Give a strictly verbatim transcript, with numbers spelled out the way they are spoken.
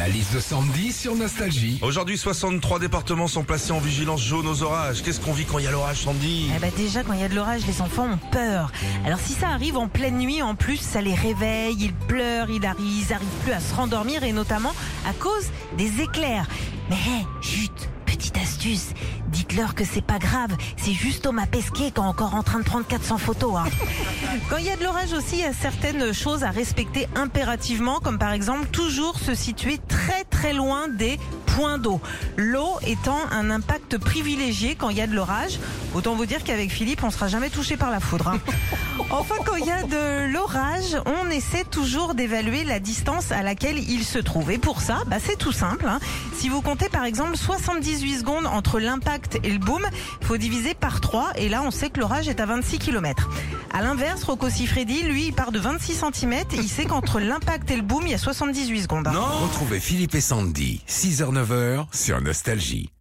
La liste de Sandy sur Nostalgie. Aujourd'hui, soixante-trois départements sont placés en vigilance jaune aux orages. Qu'est-ce qu'on vit quand il y a l'orage, Sandy? Eh ben déjà, quand il y a de l'orage, les enfants ont peur. Alors si ça arrive en pleine nuit, en plus, ça les réveille, ils pleurent, ils n'arrivent plus à se rendormir, et notamment à cause des éclairs. Mais hé, chut, petite astuce, dites-leur que c'est pas grave, c'est juste Thomas Pesquet qui est encore en train de prendre quatre cents photos. Hein. Quand il y a de l'orage aussi, il y a certaines choses à respecter impérativement, comme par exemple toujours se situer très très loin des points d'eau. L'eau étant un impact privilégié quand il y a de l'orage. Autant vous dire qu'avec Philippe, on ne sera jamais touché par la foudre. Hein. Enfin, quand il y a de l'orage, on essaie toujours d'évaluer la distance à laquelle il se trouve. Et pour ça, bah, c'est tout simple. Hein. Si vous comptez par exemple soixante-dix-huit secondes entre l'impact et le boom, il faut diviser par trois. Et là, on sait que l'orage est à vingt-six kilomètres. À l'inverse, Rocco Siffredi, lui, il part de vingt-six centimètres. Et il sait qu'entre l'impact et le boom, il y a soixante-dix-huit secondes. Hein. Non. Retrouvez Philippe et Sandy, six heures neuf heures sur Nostalgie.